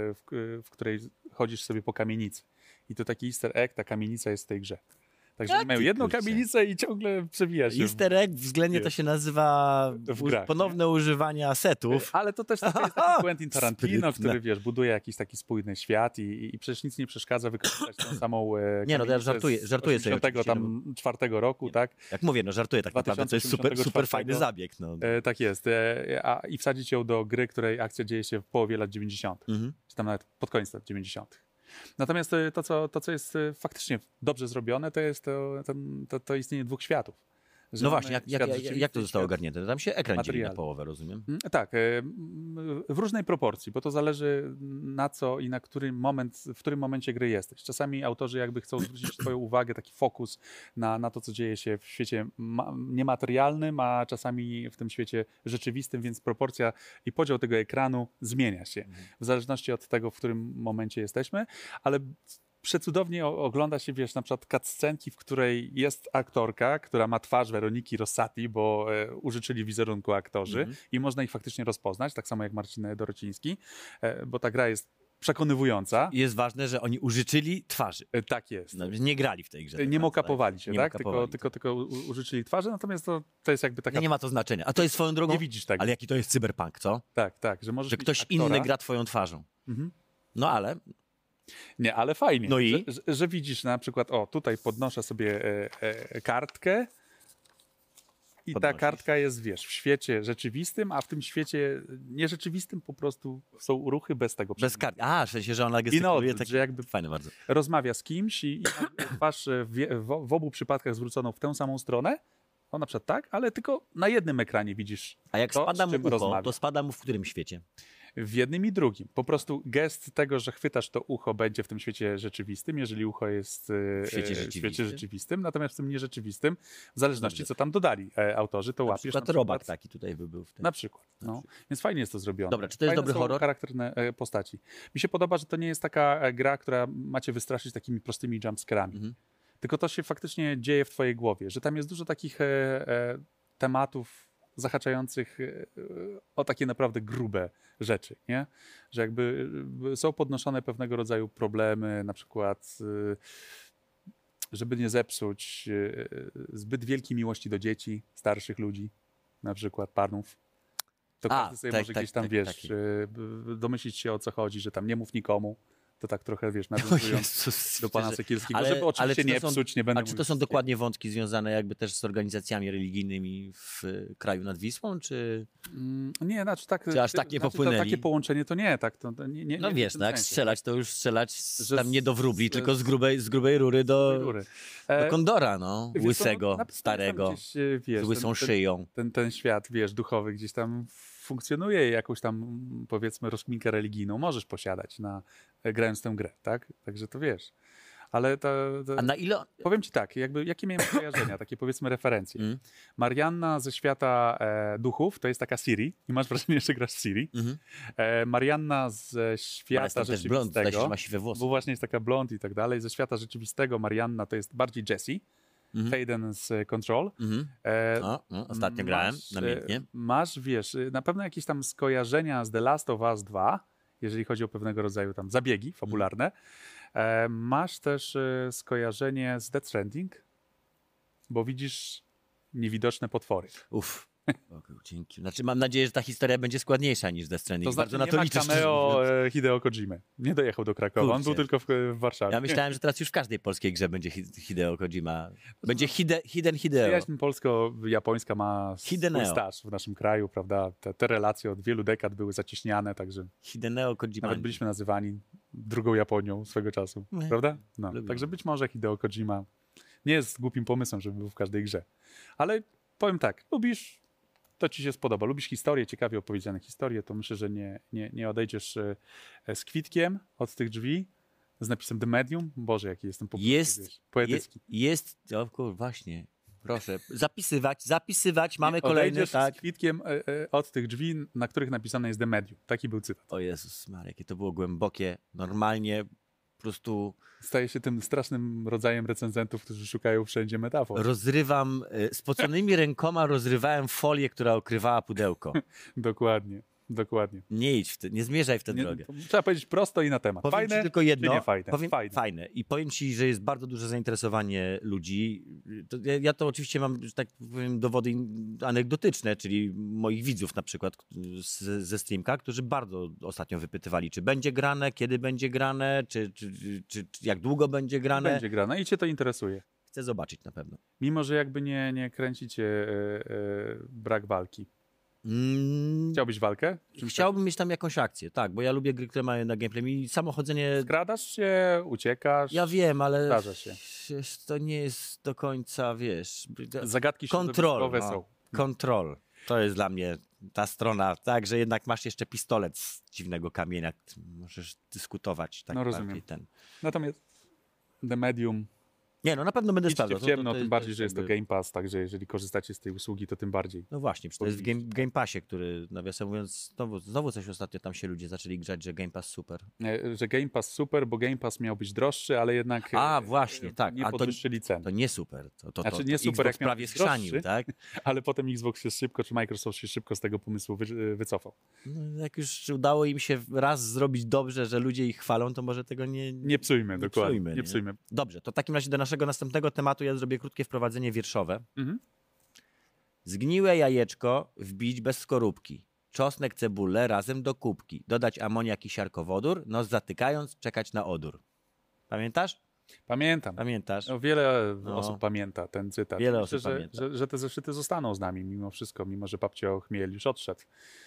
w której chodzisz sobie po kamienicy. I to taki easter egg, ta kamienica jest w tej grze. Także oni mają ty jedną kurczę. kamienicę i ciągle przewija się. Easter egg względnie to Wiesz, się nazywa w grach, ponowne używanie asetów. Ale to też jest taki Quentin Tarantino, Sprytne. który, wiesz, buduje jakiś taki spójny świat i przecież nic nie przeszkadza wykorzystać tą samą Nie, no to ja kamienicę żartuję z sobie 84 roku, tak? Jak mówię, no żartuję tak naprawdę, to jest super 2084 fajny zabieg. No. Tak jest. I wsadzić ją do gry, której akcja dzieje się w połowie lat 90. Mhm. Czy tam nawet pod koniec lat 90. Natomiast to, co jest faktycznie dobrze zrobione, to jest to istnienie dwóch światów. Że No mamy właśnie, świat rzeczywisty jak to i zostało świat ogarnięte? Tam się ekran dzieli na materialny. połowę, rozumiem? Tak, w różnej proporcji, bo to zależy na co i w którym momencie gry jesteś. Czasami autorzy jakby chcą zwrócić twoją uwagę, taki fokus na to, co dzieje się w świecie niematerialnym, a czasami w tym świecie rzeczywistym, więc proporcja i podział tego ekranu zmienia się w zależności od tego, w którym momencie jesteśmy, ale przecudownie ogląda się, wiesz, na przykład cutscenki, w której jest aktorka, która ma twarz Weroniki Rossati, bo użyczyli wizerunku aktorzy i można ich faktycznie rozpoznać, tak samo jak Marcin Dorociński, bo ta gra jest przekonywująca. I jest ważne, że oni użyczyli twarzy. Tak jest. No, nie grali w tej grze. Nie mokapowali się, Nie tak? mokapowali, Tylko użyczyli twarzy, natomiast to jest jakby taka... Nie ma to znaczenia. A to jest swoją drogą... Nie widzisz tego. Ale jaki to jest cyberpunk, co? Tak, że możesz Że mieć ktoś aktora. inny gra twoją twarzą. Mhm. No ale... Nie, ale fajnie, No i? że widzisz na przykład, tutaj podnoszę sobie kartkę i Podnosisz. ta kartka jest, wiesz, w świecie rzeczywistym, a w tym świecie nierzeczywistym po prostu są ruchy bez tego. Bez kart. A, w sensie, że ona I na gestykuluje odwrót, tak... że jakby Fajne bardzo. rozmawia z kimś i twarz w obu przypadkach zwróconą w tę samą stronę, na przykład tak, ale tylko na jednym ekranie widzisz A jak to, spada z mu czym ucho, rozmawia. to spada mu w którym świecie? W jednym i drugim. Po prostu gest tego, że chwytasz to ucho, będzie w tym świecie rzeczywistym, jeżeli ucho jest W świecie rzeczywistym. rzeczywistym. Natomiast w tym nierzeczywistym, w zależności Dobrze. co tam dodali autorzy, to Na łapiesz przykład robak taki tutaj by był. W tym. Na przykład. No. Więc fajnie jest to zrobione. Dobra, czy to jest Fajne dobry są horror? charakterne postaci. Mi się podoba, że to nie jest taka gra, która macie wystraszyć takimi prostymi jumpscarami. Mhm. Tylko to się faktycznie dzieje w twojej głowie, że tam jest dużo takich tematów zahaczających o takie naprawdę grube rzeczy, nie? Że jakby są podnoszone pewnego rodzaju problemy, na przykład żeby nie zepsuć zbyt wielkiej miłości do dzieci, starszych ludzi, na przykład panów. To każdy sobie może gdzieś tam, wiesz, domyślić się, o co chodzi, że tam nie mów nikomu. To tak trochę, wiesz, nawiązując do pana Sekielskiego, żeby oczywiście nie psuć, nie będę A czy to są dokładnie wątki związane jakby też z organizacjami religijnymi w kraju nad Wisłą, czy... Nie, znaczy tak... Czy aż tak nie popłynęli? Takie połączenie to nie, tak. Nie, No nie wiesz, w tym no jak sensie, strzelać, to już strzelać Że tam nie do wróbli, z- tylko z grubej rury do góry. kondora, no. Wiesz co, Łysego, na pewno starego, tam gdzieś, wiesz, z łysą szyją. ten świat, wiesz, duchowy gdzieś tam funkcjonuje i jakąś tam, powiedzmy, rozkminkę religijną możesz posiadać grając tę grę, tak? Także to wiesz. Ale A na ile... powiem ci tak, jakby, jakie miałem skojarzenia, takie powiedzmy referencje. Mm. Marianna ze świata duchów to jest taka Siri i masz wrażenie, że grasz Siri. Mhm. Marianna ze Ona świata jest tam też blond, zdaje się, rzeczywistego, że ma siwe włosy. bo właśnie jest taka blond i tak dalej, ze świata rzeczywistego Marianna to jest bardziej Jessie. Fade z Control. Ostatnio grałem namiętnie. Masz, wiesz, na pewno jakieś tam skojarzenia z The Last of Us 2, jeżeli chodzi o pewnego rodzaju tam zabiegi fabularne. Masz też skojarzenie z Death Stranding, bo widzisz niewidoczne potwory. Uff. Dzięki. Znaczy mam nadzieję, że ta historia będzie składniejsza niż Death Stranding. To znaczy Bardzo na nie to ma liczę. cameo Hideo Kojimy. Nie dojechał do Krakowa, on był tylko w Warszawie. Ja myślałem, że teraz już w każdej polskiej grze będzie Hideo Kojima. Będzie Hidden Hideo. Przyjaźń polsko-japońska ma swój Hideneo. staż w naszym kraju, prawda? Te relacje od wielu dekad były zacieśniane, także Hideneo Kojima. nawet byliśmy nazywani drugą Japonią swego czasu, prawda? No. Także być może Hideo Kojima nie jest głupim pomysłem, żeby był w każdej grze. Ale powiem tak, lubisz, to ci się spodoba. Lubisz historie, ciekawie opowiedziane historie, to myślę, że nie odejdziesz z kwitkiem od tych drzwi, z napisem The Medium. Boże, jaki jestem poetycki. Właśnie. Proszę, zapisywać, mamy kolejny, Odejdziesz tak. z kwitkiem od tych drzwi, na których napisane jest The Medium. Taki był cytat. O Jezus Maria, jakie to było głębokie, normalnie, po prostu Staje się tym strasznym rodzajem recenzentów, którzy szukają wszędzie metafor. rozrywam, spoconymi rękoma rozrywałem folię, która okrywała pudełko. Dokładnie. Nie idź nie zmierzaj w tę Nie, drogę. trzeba powiedzieć prosto i na temat. Powiem Fajne, ci tylko jedno. czy nie fajne? Fajne. I powiem ci, że jest bardzo duże zainteresowanie ludzi. Ja to oczywiście mam, że tak powiem, dowody anegdotyczne, czyli moich widzów na przykład ze streamka, którzy bardzo ostatnio wypytywali, czy będzie grane, kiedy będzie grane, czy jak długo będzie grane. Będzie grane i cię to interesuje. Chcę zobaczyć na pewno. Mimo, że jakby nie kręci cię brak walki. Chciałbyś walkę? Chciałbym mieć tam jakąś akcję, tak, bo ja lubię gry, które mają na gameplay i samochodzenie. Skradasz się, uciekasz. Ja wiem, ale Zdarza się. to nie jest do końca, wiesz. Zagadki Control. środowiskowe są. Control. To jest dla mnie ta strona, tak, że jednak masz jeszcze pistolet z dziwnego kamienia, możesz dyskutować. Tak No, rozumiem. bardziej ten. Natomiast The Medium. Nie, no na pewno będę Idźcie sprawdzał. w ciemno, To tym bardziej, że jest to jakby- Game Pass, także jeżeli korzystacie z tej usługi, to tym bardziej. No właśnie, to jest w Game Passie, który, nawiasem mówiąc, znowu coś ostatnio tam się ludzie zaczęli grzać, że Game Pass super. Że Game Pass super, bo Game Pass miał być droższy, ale jednak Właśnie, tak. nie A to- podwyższyli cen. To nie super. Znaczy nie super, Xbox jak miał prawie być schrzanił, droższy. tak? Ale potem Xbox się szybko, czy Microsoft się szybko z tego pomysłu wycofał. No, jak już udało im się raz zrobić dobrze, że ludzie ich chwalą, to może tego Nie psujmy, dokładnie. psujmy, nie psujmy. Dobrze, to w takim razie do naszego następnego tematu ja zrobię krótkie wprowadzenie wierszowe. Mhm. Zgniłe jajeczko wbić bez skorupki. Czosnek, cebulę razem do kubki. Dodać amoniak i siarkowodór, nos zatykając, czekać na odór. Pamiętasz? Pamiętam. Pamiętasz? No, wiele No. osób pamięta ten cytat. Wiele Myślę, osób pamięta. że te zeszyty zostaną z nami mimo wszystko, mimo że babcio Chmiel już odszedł.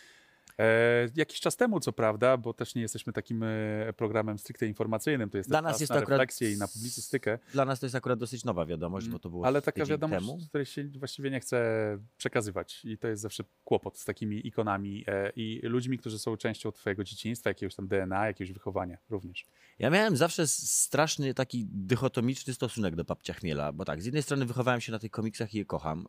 Jakiś czas temu, co prawda, bo też nie jesteśmy takim programem stricte informacyjnym, to jest Dla też nas czas jest na to akurat- refleksję i na publicystykę, Dla nas to jest akurat dosyć nowa wiadomość, bo to było ale taka tydzień wiadomość, temu. której się właściwie nie chce przekazywać i to jest zawsze kłopot z takimi ikonami i ludźmi, którzy są częścią twojego dzieciństwa, jakiegoś tam DNA, jakiegoś wychowania również. Ja miałem zawsze straszny taki dychotomiczny stosunek do babcia Chmiela, bo tak, z jednej strony wychowałem się na tych komiksach i je kocham.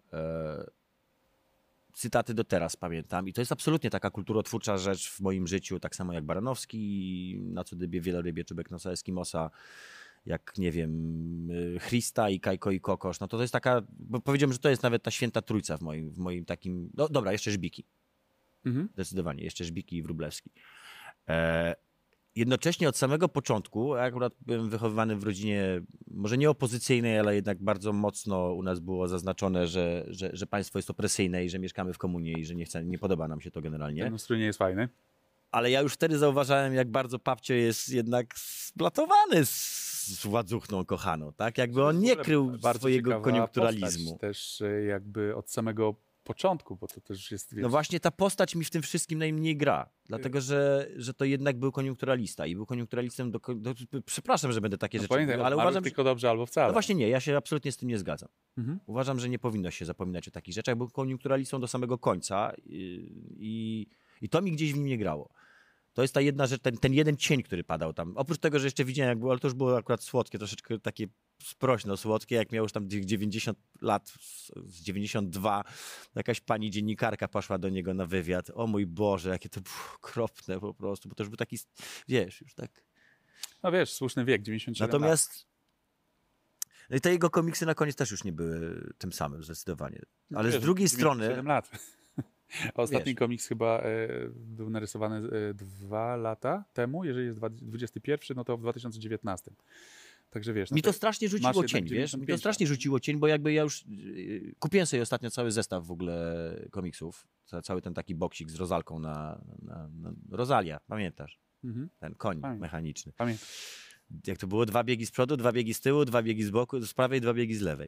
Cytaty do teraz pamiętam i to jest absolutnie taka kulturotwórcza rzecz w moim życiu, tak samo jak Baranowski, na co dybie wielorybie czy Beknosa Eskimosa, jak nie wiem, Christa i Kajko i Kokosz, no to jest taka, bo powiedziałbym, że to jest nawet ta święta trójca w moim takim, no dobra, jeszcze Żbiki. Mhm. Zdecydowanie, jeszcze Żbiki i Wróblewski. Jednocześnie od samego początku, ja akurat byłem wychowywany w rodzinie może nie opozycyjnej, ale jednak bardzo mocno u nas było zaznaczone, że państwo jest opresyjne i że mieszkamy w komunie i że nie podoba nam się to generalnie. Ten ustrój nie jest fajny. Ale ja już wtedy zauważałem, jak bardzo papcio jest jednak splatowany z władzuchną kochaną, tak? Jakby on nie krył Bardzo swojego ciekawa koniunkturalizmu. postać też jakby od samego początku, bo to też jest... No właśnie ta postać mi w tym wszystkim najmniej gra, dlatego że to jednak był koniunkturalista i był koniunkturalistą przepraszam, że będę takie rzeczy Pamiętaj, mówił, ale uważam, że... tylko dobrze albo wcale. No właśnie nie, ja się absolutnie z tym nie zgadzam. Mhm. Uważam, że nie powinno się zapominać o takich rzeczach, był koniunkturalistą do samego końca i to mi gdzieś w nim nie grało. To jest ta jedna rzecz, ten jeden cień, który padał tam. Oprócz tego, że jeszcze widziałem, jak było, ale to już było akurat słodkie, troszeczkę takie sprośno słodkie, jak miał już tam 90 lat, z 92, jakaś pani dziennikarka poszła do niego na wywiad. O mój Boże, jakie to było okropne po prostu, bo to już był taki, wiesz, już tak... No wiesz, słuszny wiek, 97 lat. Natomiast No i te jego komiksy na koniec też już nie były tym samym zdecydowanie. Ale Wiesz, z drugiej 97 strony... lat. Ostatni Wiesz. komiks chyba był narysowany 2 lata temu, jeżeli jest 21, no to w 2019. Także wiesz... No Mi to strasznie masz rzuciło jednak cień, wiesz? Mi to 95 strasznie rzuciło cień, bo jakby ja już kupiłem sobie ostatnio cały zestaw w ogóle komiksów. Cały ten taki boksik z Rozalką na Rosalia, pamiętasz? Mhm. Ten koń Pamiętam. mechaniczny. Pamiętam. Jak to było? 2 biegi z przodu, 2 biegi z tyłu, 2 biegi z boku, z prawej, 2 biegi z lewej.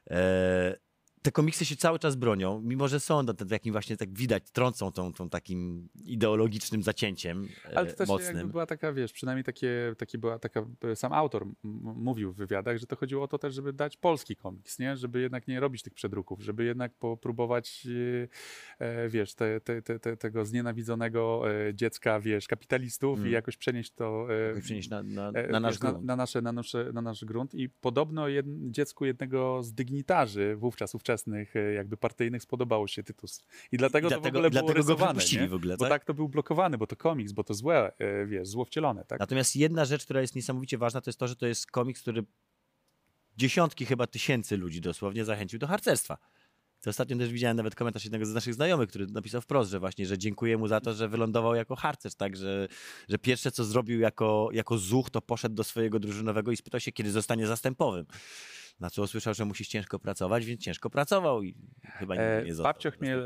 Te komiksy się cały czas bronią, mimo że są takim właśnie, tak widać, trącą tą takim ideologicznym zacięciem Ale to też mocnym. jakby była taka, wiesz, przynajmniej była taka, sam autor mówił w wywiadach, że to chodziło o to też, żeby dać polski komiks, nie? Żeby jednak nie robić tych przedruków, żeby jednak popróbować, wiesz, tego znienawidzonego dziecka, wiesz, kapitalistów i jakoś przenieść to... Jakoś przenieść na wiesz, nasz grunt. na nasz grunt i podobno dziecku jednego z dygnitarzy wówczas ówczesnych jakby partyjnych spodobało się Tytus. I dlatego to w ogóle było go rysowane, wypuścili nie? w ogóle, Bo tak? tak to był blokowany, bo to komiks, bo to złe, wiesz, zło wcielone, tak? Natomiast jedna rzecz, która jest niesamowicie ważna, to jest to, że to jest komiks, który dziesiątki chyba tysięcy ludzi dosłownie zachęcił do harcerstwa. To ostatnio też widziałem nawet komentarz jednego z naszych znajomych, który napisał wprost, że właśnie, że dziękuję mu za to, że wylądował jako harcerz, tak, że pierwsze co zrobił jako zuch, to poszedł do swojego drużynowego i spytał się, kiedy zostanie zastępowym. Na co usłyszał, że musi ciężko pracować, więc ciężko pracował i chyba nie został. Babcio Chmiel,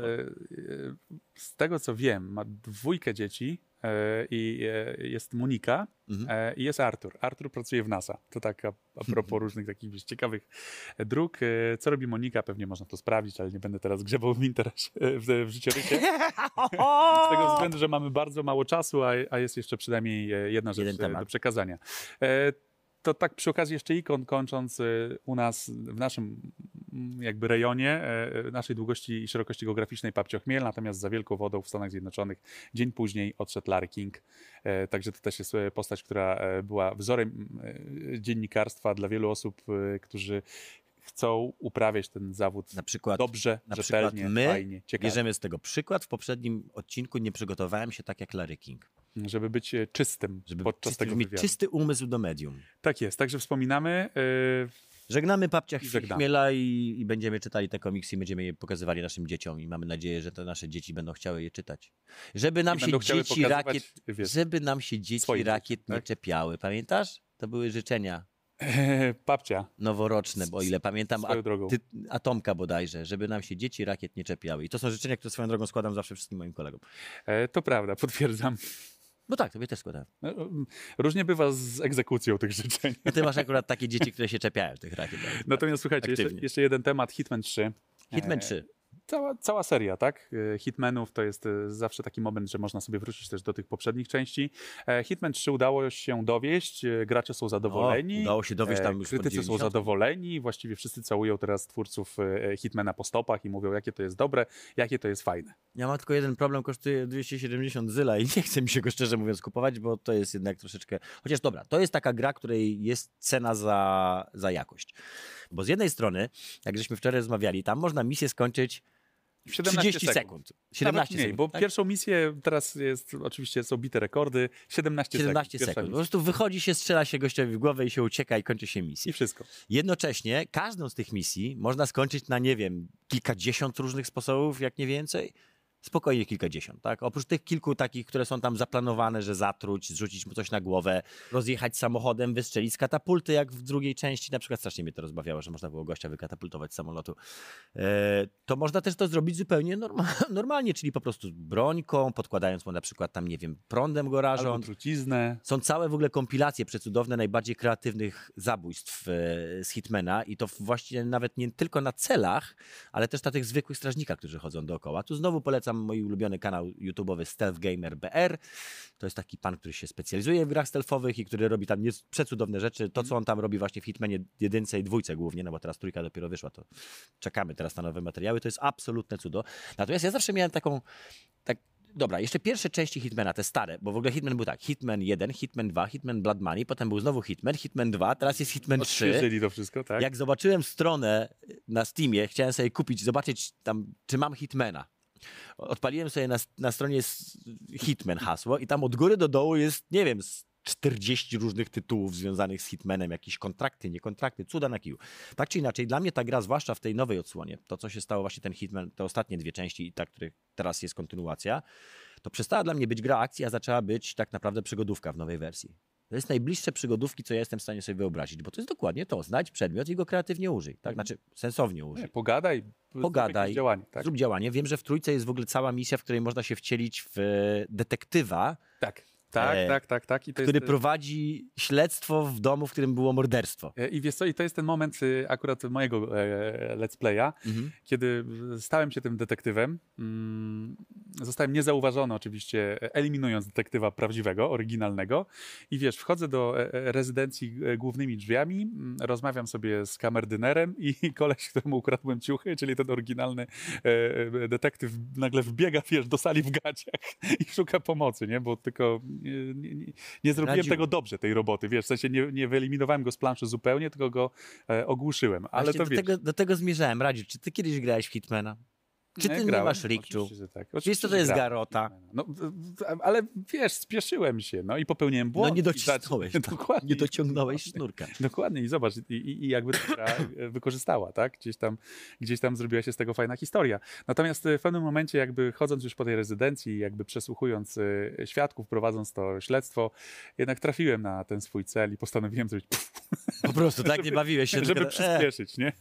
z tego co wiem, ma 2 dzieci i jest Monika i jest Artur. Artur pracuje w NASA. To tak a propos różnych takich ciekawych dróg. Co robi Monika? Pewnie można to sprawdzić, ale nie będę teraz grzebał w życiorysie. Z tego względu, że mamy bardzo mało czasu, a jest jeszcze przynajmniej jedna rzecz do przekazania. To tak przy okazji jeszcze ikon kończąc u nas w naszym jakby rejonie, naszej długości i szerokości geograficznej Babcio Chmiel, natomiast za wielką wodą w Stanach Zjednoczonych dzień później odszedł Larry King. Także to też jest postać, która była wzorem dziennikarstwa dla wielu osób, którzy chcą uprawiać ten zawód na przykład, dobrze, rzetelnie, fajnie, ciekawie. Bierzemy z tego przykład. W poprzednim odcinku nie przygotowałem się tak jak Larry King. Żeby być czystym podczas tego mieć wywiadu. czysty umysł do medium. Tak jest, także wspominamy. Żegnamy Babcia Chmiela i będziemy czytali te komiksy i będziemy je pokazywali naszym dzieciom i mamy nadzieję, że te nasze dzieci będą chciały je czytać. Żeby nam się dzieci rakiet nie czepiały. Pamiętasz? To były życzenia. Babcia. Noworoczne, bo o ile pamiętam, drogą. Atomka bodajże, żeby nam się dzieci rakiet nie czepiały. I to są życzenia, które swoją drogą składam zawsze wszystkim moim kolegom. To prawda, potwierdzam. No tak, tobie też składam. Różnie bywa z egzekucją tych życzeń. No ty masz akurat takie dzieci, które się czepiają tych rakiet. Natomiast słuchajcie, jeszcze jeden temat, Hitman 3. Hitman 3. Cała seria, tak? Hitmanów to jest zawsze taki moment, że można sobie wrócić też do tych poprzednich części. Hitman 3 udało się dowieść, gracze są zadowoleni. Udało się dowieść tam już krytycy są zadowoleni, właściwie wszyscy całują teraz twórców Hitmana po stopach i mówią, jakie to jest dobre, jakie to jest fajne. Ja mam tylko jeden problem, kosztuje 270 zyla i nie chce mi się go szczerze mówiąc kupować, bo to jest jednak troszeczkę... Chociaż dobra, to jest taka gra, której jest cena za jakość. Bo z jednej strony, jak żeśmy wczoraj rozmawiali, tam można misję skończyć w 30 sekund. 17 mniej, sekund, bo tak? pierwszą misję teraz jest, oczywiście są bite rekordy, 17 sekund. Po prostu wychodzi się, strzela się gościowi w głowę i się ucieka i kończy się misja. I wszystko. Jednocześnie każdą z tych misji można skończyć na, nie wiem, kilkadziesiąt różnych sposobów, jak nie więcej. Spokojnie kilkadziesiąt, tak? Oprócz tych kilku takich, które są tam zaplanowane, że zatruć, zrzucić mu coś na głowę, rozjechać samochodem, wystrzelić z katapulty, jak w drugiej części, na przykład strasznie mnie to rozbawiało, że można było gościa wykatapultować z samolotu. To można też to zrobić zupełnie normalnie, czyli po prostu brońką, podkładając mu na przykład tam, nie wiem, prądem go rażąc. Albo truciznę. Są całe w ogóle kompilacje przecudowne najbardziej kreatywnych zabójstw z Hitmana i to właściwie nawet nie tylko na celach, ale też na tych zwykłych strażnikach, którzy chodzą dookoła. Tu znowu polecam mój ulubiony kanał YouTube'owy Stealth Gamer BR. To jest taki pan, który się specjalizuje w grach stealthowych i który robi tam przecudowne rzeczy. To, co on tam robi właśnie w Hitmanie 1 i 2 głównie, no bo teraz 3 dopiero wyszła, to czekamy teraz na nowe materiały. To jest absolutne cudo. Natomiast ja zawsze miałem dobra, jeszcze pierwsze części Hitmana, te stare, bo w ogóle Hitman był tak, Hitman 1, Hitman 2, Hitman Blood Money, potem był znowu Hitman 2, teraz jest Hitman 3. Odświeżyli to wszystko, tak? Jak zobaczyłem stronę na Steamie, chciałem sobie kupić, zobaczyć tam, czy mam Hitmana. Odpaliłem sobie na stronie Hitman hasło i tam od góry do dołu jest, nie wiem, 40 różnych tytułów związanych z Hitmanem, jakieś kontrakty, niekontrakty, cuda na kiju. Tak czy inaczej, dla mnie ta gra, zwłaszcza w tej nowej odsłonie, to co się stało właśnie ten Hitman, te ostatnie 2 części i ta, których teraz jest kontynuacja, to przestała dla mnie być gra akcji, a zaczęła być tak naprawdę przygodówka w nowej wersji. To jest najbliższe przygodówki, co ja jestem w stanie sobie wyobrazić, bo to jest dokładnie to, znajdź przedmiot i go kreatywnie użyj, tak? Znaczy sensownie użyj. Nie, pogadaj, zrób jakieś działanie. Tak? Zrób działanie. Wiem, że w trójce jest w ogóle cała misja, w której można się wcielić w detektywa, Tak. I to który jest, prowadzi śledztwo w domu, w którym było morderstwo. I wiesz co, i to jest ten moment akurat mojego let's playa, kiedy stałem się tym detektywem. Zostałem niezauważony oczywiście, eliminując detektywa prawdziwego, oryginalnego. I wiesz, wchodzę do rezydencji głównymi drzwiami, rozmawiam sobie z kamerdynerem i koleś, któremu ukradłem ciuchy, czyli ten oryginalny detektyw nagle wbiega, wiesz, do sali w gaciach i szuka pomocy, nie? Bo tylko nie zrobiłem tego dobrze, tej roboty, wiesz, w sensie nie wyeliminowałem go z planszy zupełnie, tylko go ogłuszyłem, ale Właśnie to wiesz. do tego zmierzałem. Radziu, czy ty kiedyś grałeś w Hitmana? Czy ty nie grałem? masz rikczu? Oczywiście, że tak. Wiesz, Oczywiście, co to że jest grałem. garota? No, ale wiesz, spieszyłem się, no i popełniłem błąd. No nie docisnąłeś. Dokładnie. Nie dociągnąłeś sznurka. Dokładnie i zobacz, i jakby ta gra wykorzystała, tak? Gdzieś tam zrobiła się z tego fajna historia. Natomiast w pewnym momencie jakby chodząc już po tej rezydencji, jakby przesłuchując świadków, prowadząc to śledztwo, jednak trafiłem na ten swój cel i postanowiłem zrobić Po prostu tak nie bawiłeś się. żeby tylko- przyspieszyć, nie?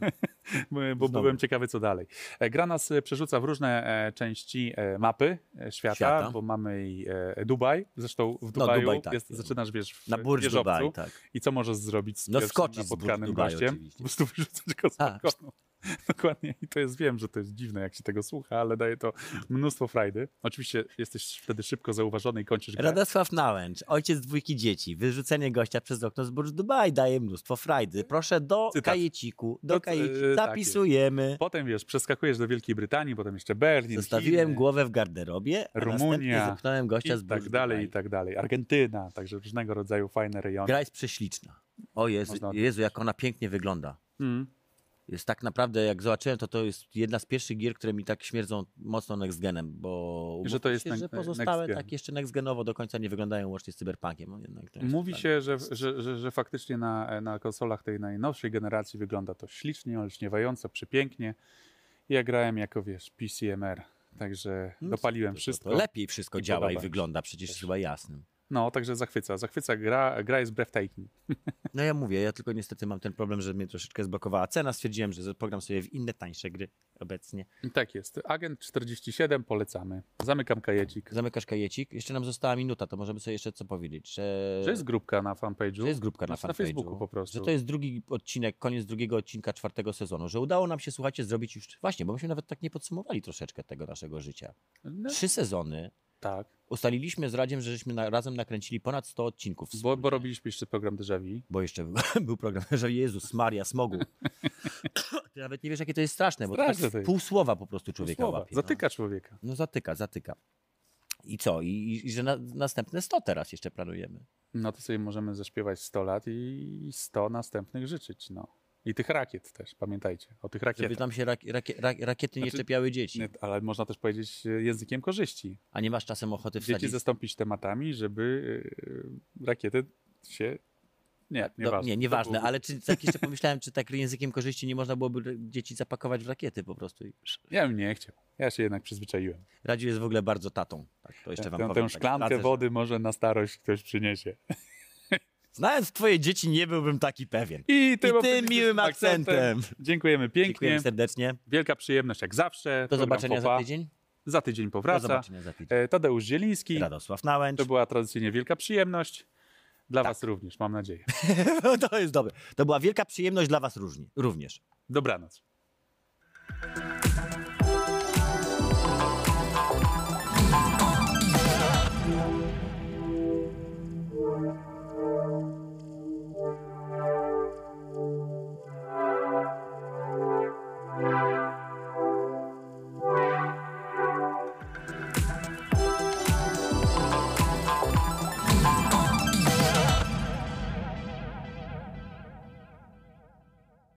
Bo Znowu. byłem ciekawy, co dalej. Gra nas przerzuca w różne części mapy świata, bo mamy i Dubaj. Zresztą w Dubaju Dubaj, tak. zaczynasz, wiesz, w Na Burj wieżowcu. Dubai, tak. I co możesz zrobić z No pierwszym skoczyć z napotkanym Burj Dubai gościem? oczywiście. Po prostu wyrzucać go z Tak. balkonu. Dokładnie. I to jest, wiem, że to jest dziwne, jak się tego słucha, ale daje to mnóstwo frajdy. Oczywiście jesteś wtedy szybko zauważony i kończysz grę. Radosław Nałęcz, ojciec 2 dzieci. Wyrzucenie gościa przez okno z Burj Dubai daje mnóstwo frajdy. Proszę do Cytat. kajeciku. Do Tak zapisujemy. Potem, wiesz, przeskakujesz do Wielkiej Brytanii, potem jeszcze Berlin, Zostawiłem Chiny, głowę w garderobie, a następnie Rumunia zepchnąłem gościa i z Burj tak dalej, Dubai. i tak dalej. Argentyna, także różnego rodzaju fajne rejony. Gra jest prześliczna. O Jezu, Można- Jezu, jak ona pięknie wygląda. Jest tak naprawdę, jak zobaczyłem, to jest jedna z pierwszych gier, które mi tak śmierdzą mocno next genem, bo Że to jest się, że next pozostałe gen. tak jeszcze next genowo do końca nie wyglądają łącznie z Cyberpunkiem. No jednak to jest Mówi tak. się, że faktycznie na konsolach tej najnowszej generacji wygląda to ślicznie, olśniewająco, przepięknie. Ja grałem jako, wiesz, PCMR, także dopaliłem wszystko. To lepiej wszystko i działa i podoba mi się. wygląda, przecież jest chyba jasnym. No, także zachwyca gra jest breathtaking. No ja mówię, ja tylko niestety mam ten problem, że mnie troszeczkę zblokowała cena. Stwierdziłem, że pogram sobie w inne, tańsze gry obecnie. I tak jest. Agent 47 polecamy. Zamykam kajecik. Zamykasz kajecik. Jeszcze nam została minuta, to możemy sobie jeszcze co powiedzieć, Że jest grupka na fanpage'u. Że jest grupka na Znaczy fanpage'u. Facebooku po prostu. Że to jest drugi odcinek, koniec drugiego odcinka 4. sezonu. Że udało nam się, słuchajcie, zrobić już... Właśnie, bo myśmy nawet tak nie podsumowali troszeczkę tego naszego życia. No, 3 sezony. tak. Ustaliliśmy z Radziem, że żeśmy razem nakręcili ponad 100 odcinków. Bo robiliśmy jeszcze program Déjà Vu. Bo jeszcze był program, że Jezus Maria, smogu. Ty nawet nie wiesz, jakie to jest straszne, bo Straszne to to tak jest. pół słowa po prostu człowieka Słowa. łapie. Zatyka człowieka. No zatyka. I co? I że następne 100 teraz jeszcze planujemy. No to sobie możemy zaśpiewać 100 lat i 100 następnych życzyć, no. I tych rakiet też, pamiętajcie, o tych Żeby rakietach. tam się rakiety nie Znaczy, czepiały dzieci. Nie, ale można też powiedzieć językiem korzyści. A nie masz czasem ochoty Dzieci wsadzić... zastąpić tematami, żeby rakiety się... Nieważne. Nieważne, To było- ale czy tak jeszcze pomyślałem, czy tak językiem korzyści nie można byłoby dzieci zapakować w rakiety po prostu. Ja bym nie chciał. Ja się jednak przyzwyczaiłem. Radziu jest w ogóle bardzo tatą. Tak, to jeszcze wam Tę powiem. szklankę tak, wody może na starość ktoś przyniesie. Znając twoje dzieci, nie byłbym taki pewien. I tym tym optymistycznym miłym akcentem. Dziękujemy pięknie. Dziękuję serdecznie. Wielka przyjemność jak zawsze. Do Program zobaczenia za Popa. tydzień. Za tydzień Do powraca. zobaczenia za tydzień. Tadeusz Zieliński. Radosław Nałęcz. To była tradycyjnie wielka przyjemność. Dla Tak. was również, mam nadzieję. To jest dobre. To była wielka przyjemność dla was również. Dobranoc.